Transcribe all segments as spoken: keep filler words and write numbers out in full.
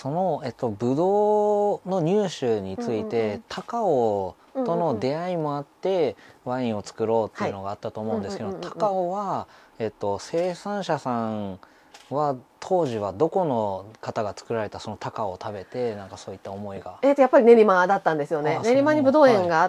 その、えっと、ブドウの入手について、うんうんうん、高尾との出会いもあってワインを作ろうっていうのがあったと思うんですけど、高尾は、えっと、生産者さんは当時はどこの方が作られたその高尾を食べてなんかそういった思いが、 えー、とやっぱり練馬だったんですよね。練馬にブドウ園があって、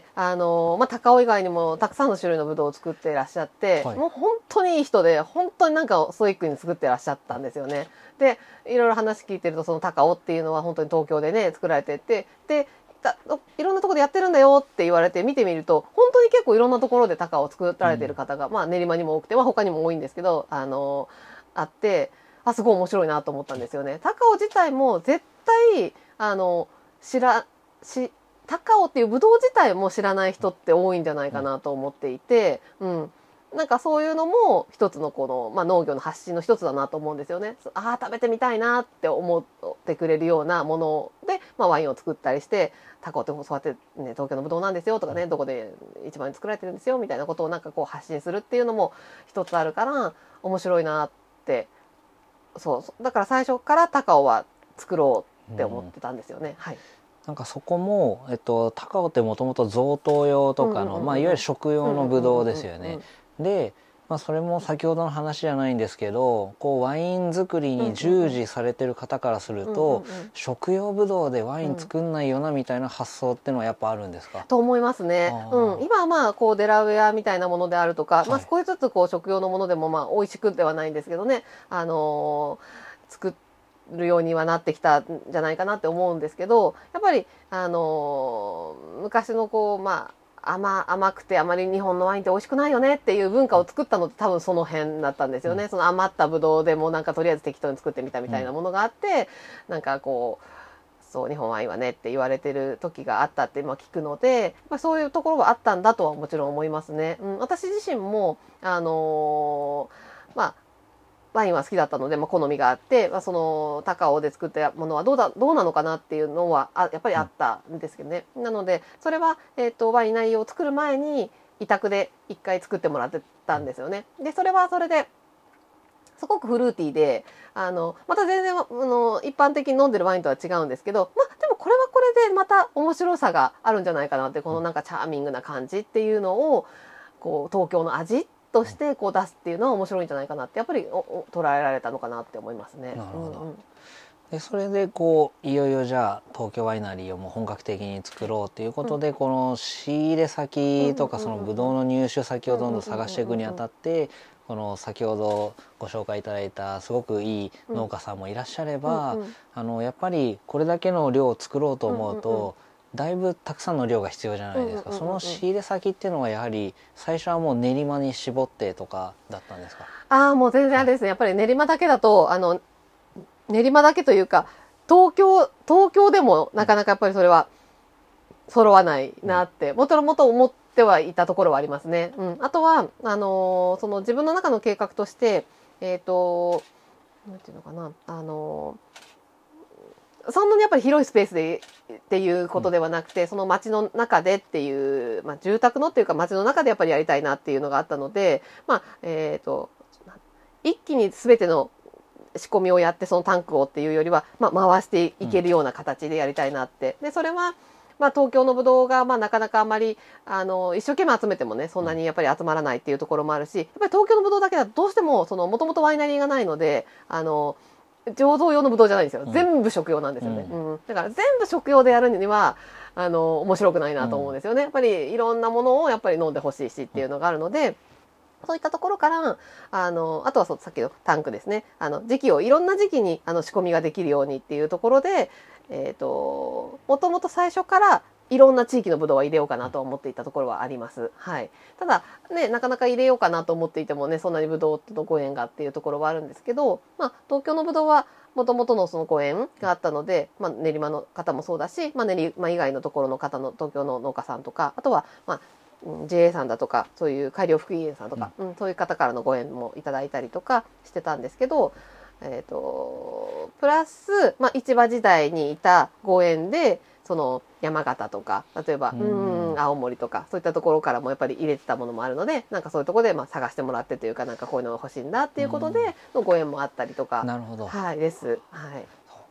はい、あのまあ、高尾以外にもたくさんの種類のブドウを作っていらっしゃって、はい、もう本当にいい人で本当になんかストイックに作ってらっしゃったんですよね。でいろいろ話聞いてるとその高尾っていうのは本当に東京でね作られてて、でいろんなところでやってるんだよって言われて見てみると本当に結構いろんなところで高尾を作られてる方が、うん、まあ、練馬にも多くて、まあ、他にも多いんですけどあのあってあすごい面白いなと思ったんですよね。高尾自体も絶対あの知らし高尾っていうブドウ自体も知らない人って多いんじゃないかなと思っていて、うん、なんかそういうのも一つのこの、まあ、農業の発信の一つだなと思うんですよね。ああ食べてみたいなって思ってくれるようなもので、まあ、ワインを作ったりして高尾ってそうやって、ね、東京のブドウなんですよとかねどこで一番作られてるんですよみたいなことをなんかこう発信するっていうのも一つあるから面白いなってそうだから最初から高尾は作ろうって思ってたんですよね。うん、はい。 なんかそこも、えっと、高尾ってもともと贈答用とかの、まあ、いわゆる食用のブドウですよね。で、まあ、それも先ほどの話じゃないんですけどこうワイン作りに従事されてる方からすると食用ブドウでワイン作んないよなみたいな発想っていうのはやっぱあるんですか？ と思いますね。うん、今はまあこうデラウェアみたいなものであるとか、はい、まあ、少しずつこう食用のものでもまあ美味しくではないんですけどね、あのー、作るようにはなってきたんじゃないかなって思うんですけど、やっぱり、あのー、昔のこうまあ甘, 甘くてあまり日本のワインって美味しくないよねっていう文化を作ったのって多分その辺だったんですよね。うん、その余ったブドウでもなんかとりあえず適当に作ってみたみたいなものがあって、うん、なんかこうそう日本ワインはねって言われてる時があったって今聞くので、まあ、そういうところはあったんだとはもちろん思いますね。うん、私自身もあのー、まあワインは好きだったので、まあ、好みがあって、まあ、その高尾で作ったものはどうだどうなのかなっていうのはあやっぱりあったんですけどね。うん、なのでそれは、えーと、ワイン内容を作る前に委託で一回作ってもらってたんですよね。でそれはそれですごくフルーティーであのまた全然あの一般的に飲んでるワインとは違うんですけど、まあ、でもこれはこれでまた面白さがあるんじゃないかなってこのなんかチャーミングな感じっていうのをこう東京の味としてこう出すっていうのは面白いんじゃないかなってやっぱり捉えられたのかなって思いますね。 なるほど。 うんうん、 でそれでこういよいよじゃあ東京ワイナリーをもう本格的に作ろうということで、うん、この仕入れ先とかそのブドウの入手先をどんどん探していくにあたってこの先ほどご紹介いただいたすごくいい農家さんもいらっしゃれば、うんうん、あのやっぱりこれだけの量を作ろうと思うと、うんうんうん、だいぶたくさんの量が必要じゃないですか。その仕入れ先っていうのはやはり最初はもう練馬に絞ってとかだったんですか？ ああもう全然あれですね、はい、やっぱり練馬だけだとあの練馬だけというか東京東京でもなかなかやっぱりそれは揃わないなってもともと思ってはいたところはありますね。うん、あとはあのー、その自分の中の計画としてえっ、ー、となんていうのかなあのー、そんなにやっぱり広いスペースでっていうことではなくて、その街の中でっていう、まあ、住宅のっていうか街の中でやっぱりやりたいなっていうのがあったので、まあえっ、ー、と一気に全ての仕込みをやってそのタンクをっていうよりは、まあ、回していけるような形でやりたいなって。でそれはまあ、東京のブドウがまあなかなかあまりあの一生懸命集めてもねそんなにやっぱり集まらないっていうところもあるし、やっぱり東京のブドウだけだとどうしてももともとワイナリーがないのであの醸造用のブドウじゃないんですよ、うん、全部食用なんですよね、うんうん、だから全部食用でやるにはあの面白くないなと思うんですよね。やっぱりいろんなものをやっぱり飲んでほしいしっていうのがあるので、そういったところからあのあとはそうさっきのタンクですね、あの時期をいろんな時期にあの仕込みができるようにっていうところで、えーと、もともと最初からいろんな地域のブドウは入れようかなと思っていたところはあります。はい、ただねなかなか入れようかなと思っていてもねそんなにブドウのご縁がっていうところはあるんですけど、まあ、東京のブドウはもともとのそのご縁があったので、まあ、練馬の方もそうだし、まあ、練馬以外のところの方の東京の農家さんとかあとはまあジェーエー さんだとかそういう改良福井園さんとか、うんうん、そういう方からのご縁もいただいたりとかしてたんですけど、えーと、プラス、まあ、市場時代にいたご縁でその山形とか例えばうん青森とかそういったところからもやっぱり入れてたものもあるのでなんかそういうところでまあ探してもらってというかなんかこういうのが欲しいんだっていうことでのご縁もあったりとか。 なるほど、 はい、です。はい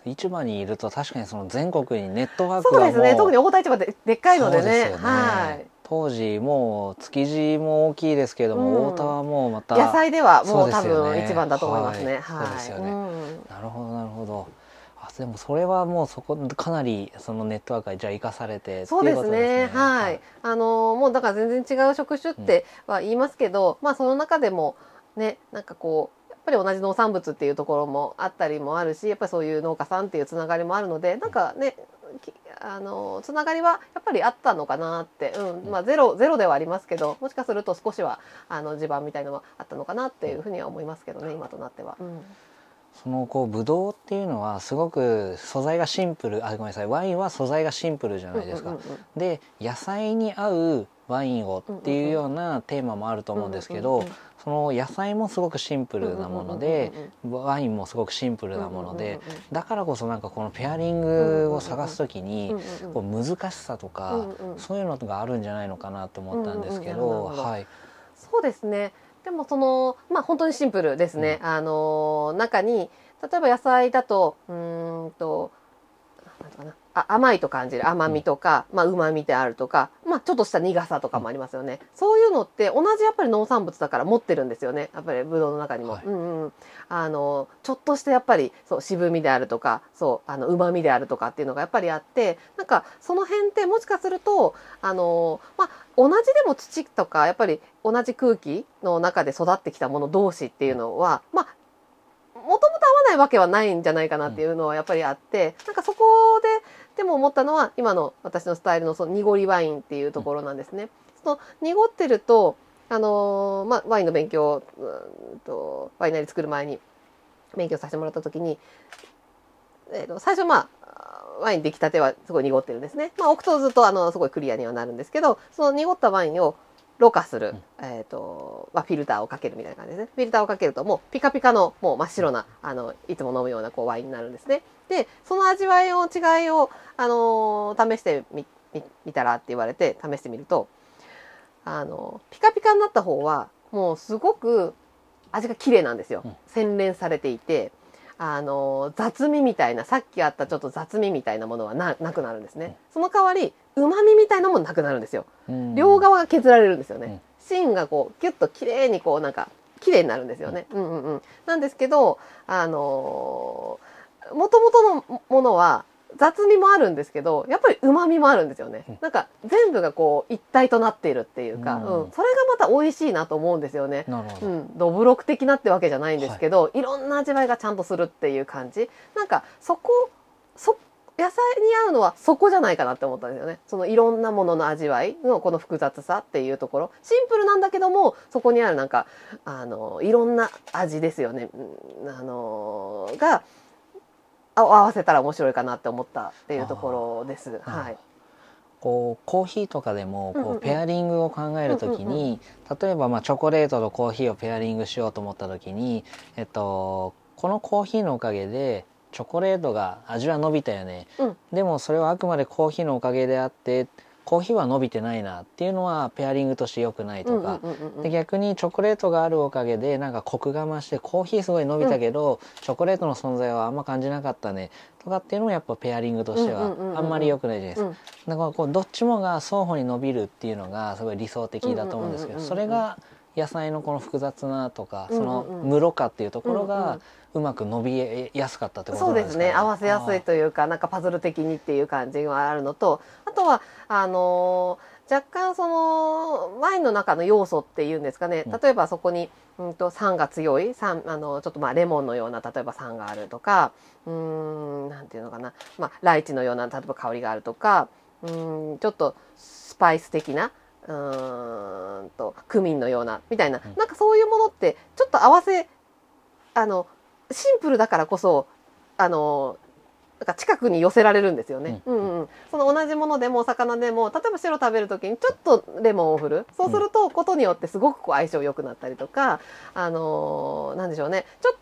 市場にいると確かにその全国にネットワークそうがもうですね特に大田市場ででっかいのでねそうですよね、 はい、 当時もう築地も大きいですけれども、うん、太田はもうまた野菜ではもう多分ね、 一番だと思いますね。 はい、そうですよね、 うん、 なるほどなるほど。あでもそれはもうそこかなりそのネットワークがじゃあ生かされてそうですね、はい、はい、あのもうだから全然違う職種っては言いますけど、うん、まあその中でもねなんかこうやっぱり同じ農産物っていうところもあったりもあるし、やっぱりそういう農家さんっていうつながりもあるので、なんかねあのつながりはやっぱりあったのかなって、うんまあ、ゼロゼロではありますけど、もしかすると少しはあの地盤みたいなのはあったのかなっていうふうには思いますけどね、今となっては。うん、 そのこうブドウっていうのはすごく素材がシンプル、あごめんなさい、ワインは素材がシンプルじゃないですか。で野菜に合うワインをっていうようなテーマもあると思うんですけど、その野菜もすごくシンプルなもので、ワインもすごくシンプルなもので、だからこそなんかこのペアリングを探すときにこう難しさとかそういうのがあるんじゃないのかなと思ったんですけど、はい。 そうですね。でもそのまあ本当にシンプルですね。うん、あの中に例えば野菜だとうーんとなんていうかな。あ甘いと感じる甘みとか、まあ、旨みであるとか、まあ、ちょっとした苦さとかもありますよね。そういうのって同じやっぱり農産物だから持ってるんですよね。やっぱりブドウの中にも、はい、うんうん、あのちょっとしたやっぱりそう渋みであるとかそうあの旨みであるとかっていうのがやっぱりあって、なんかその辺ってもしかするとあの、まあ、同じでも土とかやっぱり同じ空気の中で育ってきたもの同士っていうのは、まあもともと合わないわけはないんじゃないかなっていうのはやっぱりあって、なんかそこででも思ったのは今の私のスタイルのその濁りワインっていうところなんですね。うん、その濁ってるとあのー、まあ、ワインの勉強うんとワイナリー作る前に勉強させてもらった時に、えー、と最初まあワイン出来たてはすごい濁ってるんですね。まあ、置くとずっとあのすごいクリアにはなるんですけど、その濁ったワインをろ過する、えーとまあ、フィルターをかけるみたいな感じですね。フィルターをかけるともうピカピカのもう真っ白なあのいつも飲むようなこうワインになるんですね。でその味わいの違いを、あのー、試してみみたらって言われて試してみると、あのピカピカになった方はもうすごく味が綺麗なんですよ。洗練されていて、あの雑味みたいなさっきあったちょっと雑味みたいなものは な, なくなるんですね。その代わりうまみみたいなものもなくなるんですよ。両側が削られるんですよね。芯がこうギュッと綺麗にこうなんか綺麗になるんですよね。うんうんうん。なんですけど、あのもともとのものは雑味もあるんですけど、やっぱり旨味もあるんですよね。なんか全部がこう一体となっているっていうか、うん、それがまた美味しいなと思うんですよね。 なるほど。 うん、どぶろく的なってわけじゃないんですけど、はい、いろんな味わいがちゃんとするっていう感じ。なんかそこそ野菜に合うのはそこじゃないかなって思ったんですよね。そのいろんなものの味わいのこの複雑さっていうところ、シンプルなんだけどもそこにあるなんかあのいろんな味ですよね。あのが合わせたら面白いかなって思ったっていうところです。はい。 こうコーヒーとかでもこうペアリングを考えるときに、例えばまあチョコレートとコーヒーをペアリングしようと思ったときに、えっとこのコーヒーのおかげでチョコレートが味は伸びたよね、うん、でもそれはあくまでコーヒーのおかげであってコーヒーは伸びてないなっていうのはペアリングとして良くないとか、で逆にチョコレートがあるおかげでなんかコクが増してコーヒーすごい伸びたけど、うん、チョコレートの存在はあんま感じなかったねとかっていうのもやっぱペアリングとしてはあんまり良くないじゃないですか。だからこうどっちもが双方に伸びるっていうのがすごい理想的だと思うんですけど、それが野菜のこの複雑なとかその室感っていうところがうまく伸びやすかったってことなんですかね。 そうですね、合わせやすいというかなんかパズル的にっていう感じがあるのと、あとはあのー、若干そのワインの中の要素っていうんですかね、例えばそこに、うん、と酸が強い酸あのちょっとまあレモンのような例えば酸があるとか、うーんなんていうのかな、まあ、ライチのような例えば香りがあるとか、うーんちょっとスパイス的なうーんとクミンのようなみたいな、うん、なんかそういうものってちょっと合わせあのシンプルだからこそあのなんか近くに寄せられるんですよね。うんうんうん、その同じものでもお魚でも例えば白食べる時にちょっとレモンを振る、そうするとことによってすごくこう相性良くなったりとか、あのー、なんでしょうね、ちょっと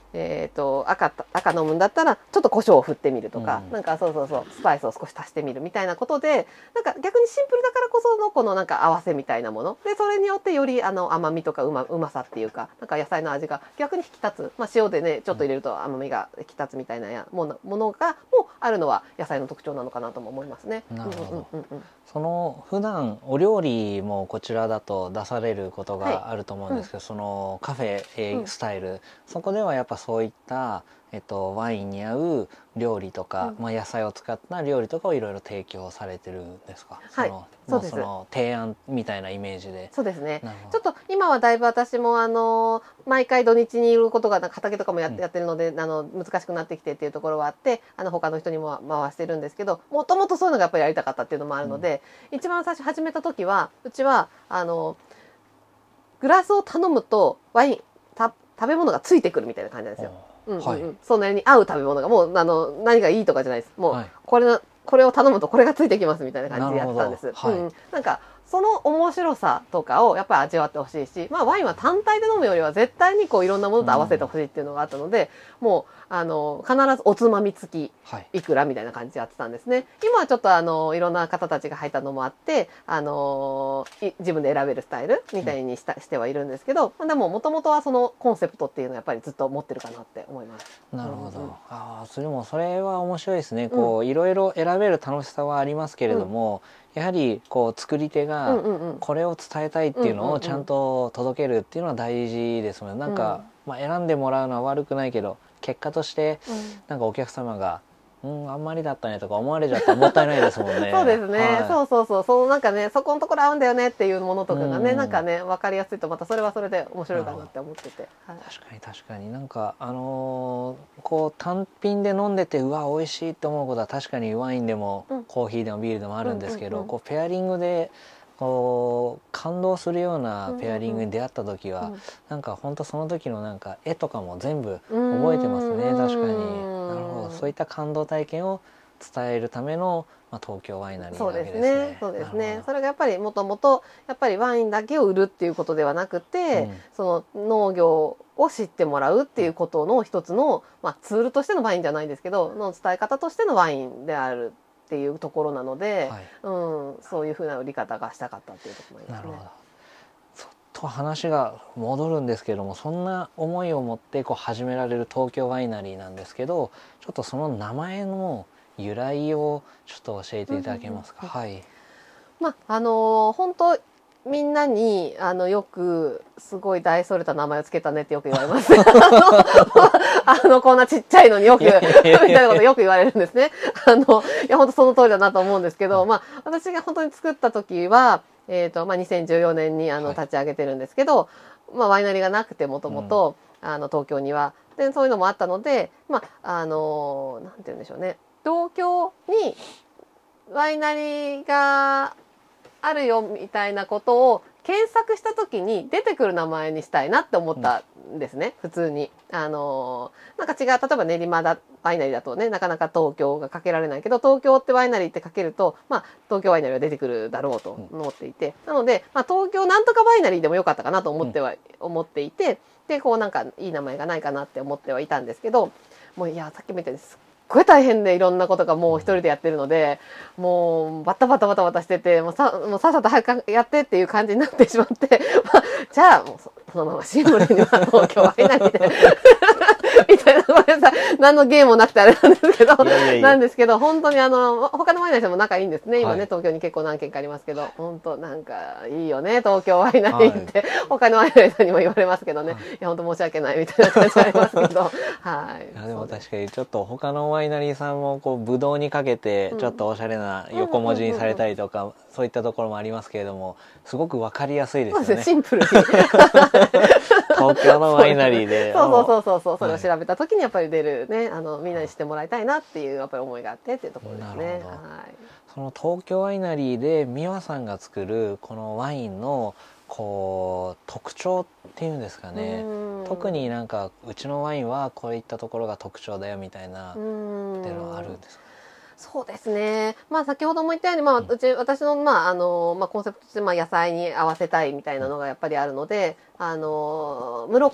えー、と赤赤飲むんだったらちょっと胡椒を振ってみるとか、 うん、 なんかそうそうそうスパイスを少し足してみるみたいなことで、なんか逆にシンプルだからこそのこのなんか合わせみたいなもので、それによってよりあの甘みとかうまうまさっていうか、なんか野菜の味が逆に引き立つ、まあ、塩でねちょっと入れると甘みが引き立つみたいなやものものがもあるのは野菜の特徴なのかなとも思いますね。 なるほど。 うんうんうんうん、 その普段お料理もこちらだと出されることがあると思うんですけど、はい、うん、そのカフェ、えー、スタイル、うん、そこではやっぱそういった、えっと、ワインに合う料理とか、うん、まあ、野菜を使った料理とかをいろいろ提供されてるんですか？ はい、 そのそうです。 その提案みたいなイメージで。 そうですね。ちょっと今はだいぶ私もあの毎回土日にいることがなんか畑とかもやって、うん、やってるのであの難しくなってきてっていうところはあって、あの他の人にも回してるんですけど、もともとそういうのがやっぱりやりたかったっていうのもあるので、うん、一番最初始めた時はうちはあのグラスを頼むとワインた食べ物がついてくるみたいな感じなんですよ。うんうんうん、はい、そのに合う食べ物がもうあの何がいいとかじゃないです。もう、はい、これのこれを頼むとこれがついてきますみたいな感じでやってたんです。はい、うん、なんかその面白さとかをやっぱり味わってほしいし、まあ、ワインは単体で飲むよりは絶対にこういろんなものと合わせてほしいっていうのがあったので、うん、もうあの必ずおつまみ付きいくらみたいな感じでやってたんですね。今はちょっとあのいろんな方たちが入ったのもあってあの自分で選べるスタイルみたいにした、うん、してはいるんですけど、でももともとはそのコンセプトっていうのはやっぱりずっと持ってるかなって思います。 なるほど、うんうん、あそれもそれは面白いですね。こう、うん、いろいろ選べる楽しさはありますけれども、うん、やはりこう作り手がこれを伝えたいっていうのをちゃんと届けるっていうのは大事ですもんね。なんか、まあ、選んでもらうのは悪くないけど結果としてなんかお客様がうん、あんまりだったねとか思われちゃったらもったいないですもんね。 そうですね、 はい、 そうそうそう、そのなんかね、そこのところ合うんだよねっていうものとかがね、んなんかね分かりやすいとまたそれはそれで面白いかなって思ってて、はい、 確かに確かになんかあのー、こう単品で飲んでてうわ美味しいって思うことは確かにワインでも、うん、コーヒーでもビールでもあるんですけど、うんうんうん、こうペアリングでこう感動するようなペアリングに出会った時は、うんうんうん、なんか本当その時のなんか絵とかも全部覚えてますね。確かに。なるほど、そういった感動体験を伝えるための、まあ、東京ワイナリーなわけですね。 そうですね。そうですね。それがやっぱりもともとやっぱりワインだけを売るっていうことではなくて、うん、その農業を知ってもらうっていうことの一つの、まあ、ツールとしてのワインじゃないんですけど、の伝え方としてのワインであるっていうところなので、はい、うん、そういうふうな売り方がしたかったっていうところもありますね。なるほど。 ちょっと話が戻るんですけども、そんな思いを持ってこう始められる東京ワイナリーなんですけど、ちょっとその名前の由来をちょっと教えていただけますか？はい。 まああの本当みんなにあのよくすごい大それた名前をつけたねってよく言われます。あのこんなちっちゃいのによくみたいなことよく言われるんですね。あのいや本当その通りだなと思うんですけど、まあ私が本当に作った時はえっとまあにせんじゅうよねんにあの立ち上げてるんですけど、はい、まあワイナリーがなくてもともとあの東京にはでそういうのもあったので、まああのなんて言うんでしょうね。東京にワイナリーがあるよみたいなことを検索した時に出てくる名前にしたいなって思ったんですね、うん、普通に。あのなんか違う、例えば練馬だワイナリーだとねなかなか東京がかけられないけど、東京ってワイナリーってかけると、まあ、東京ワイナリーが出てくるだろうと思っていて、うん、なので、まあ、東京なんとかワイナリーでもよかったかなと思っては、うん、思っていて、でこうなんかいい名前がないかなって思ってはいたんですけど、もういやさっきも言ったようにすっごい大変でいろんなことがもう一人でやってるので、もうバタバタバタバタしてて、もうさもうさっさと早くやってっていう感じになってしまって、まあ、じゃあもう そ, そのままシンプルには東京ワイナリーでみたいな、ごめんなさい、何のゲームもなくてあれなんですけど、いやいやいやなんですけど、本当にあの他のワイナリーさんも仲いいんですね。今ね、はい、東京に結構何軒かありますけど、本当なんかいいよね東京ワイナリーって、はい、他のワイナリーさんにも言われますけどね、はい、いや本当申し訳ないみたいな感じありますけど、はい。 いやでも確かにちょっと他のワイナリーさんもこうブドウにかけてちょっとおしゃれな横文字にされたりとか、そういったところもありますけれども、すごくわかりやすいですよね。そうですね、 シンプルに東京のワイナリーでそうそうそうそう、それを調べた時にやっぱり出るね、あのみんなに知ってもらいたいなっていうやっぱり思いがあってっていうところですね。はい、 その東京ワイナリーで美和さんが作るこのワインのこう特徴っていうんですかね、特になんかうちのワインはこういったところが特徴だよみたいなっていうのはあるんですか？ そうですね、まあ、先ほども言ったように、まあ、うち私の,、まああのまあ、コンセプトとして、まあ、野菜に合わせたいみたいなのがやっぱりあるので、あの無ろ過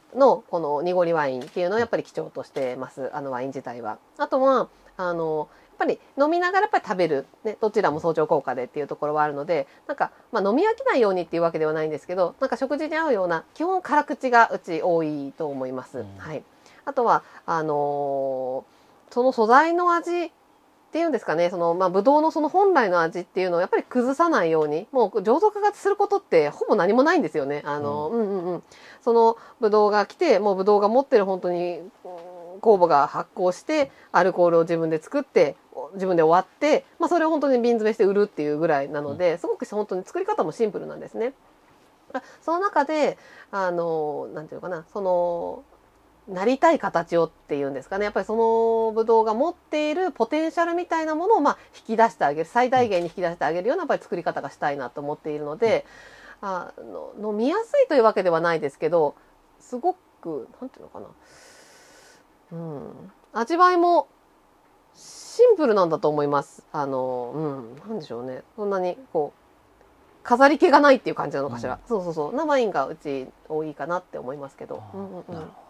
のこの濁りワインっていうのをやっぱり基調としてますあのワイン自体は。あとはあのやっぱり飲みながらやっぱり食べる、ね、どちらも相乗効果でっていうところはあるのでなんか、まあ、飲み飽きないようにっていうわけではないんですけどなんか食事に合うような基本辛口がうち多いと思います。 うんはい、あとはあのーその素材の味っていうんですかねその、まあ、ブドウのその本来の味っていうのをやっぱり崩さないようにもう醸造家がすることってほぼ何もないんですよね。あの、うんうんうん、そのブドウが来てもうブドウが持ってる本当に、うん酵母が発酵してアルコールを自分で作って自分で終わって、まあ、それを本当に瓶詰めして売るっていうぐらいなのですごく本当に作り方もシンプルなんですね。その中であのなんていうのかなそのなりたい形をっていうんですかねやっぱりそのブドウが持っているポテンシャルみたいなものをまあ引き出してあげる最大限に引き出してあげるようなやっぱり作り方がしたいなと思っているので、あの飲みやすいというわけではないですけどすごくなんていうのかな、うん、味わいもシンプルなんだと思います。あの、うん、なんでしょうね。そんなにこう飾り気がないっていう感じなのかしら。 うん、 そうそうそう。なワインがうち多いかなって思いますけど。うんうんうん。 なるほど。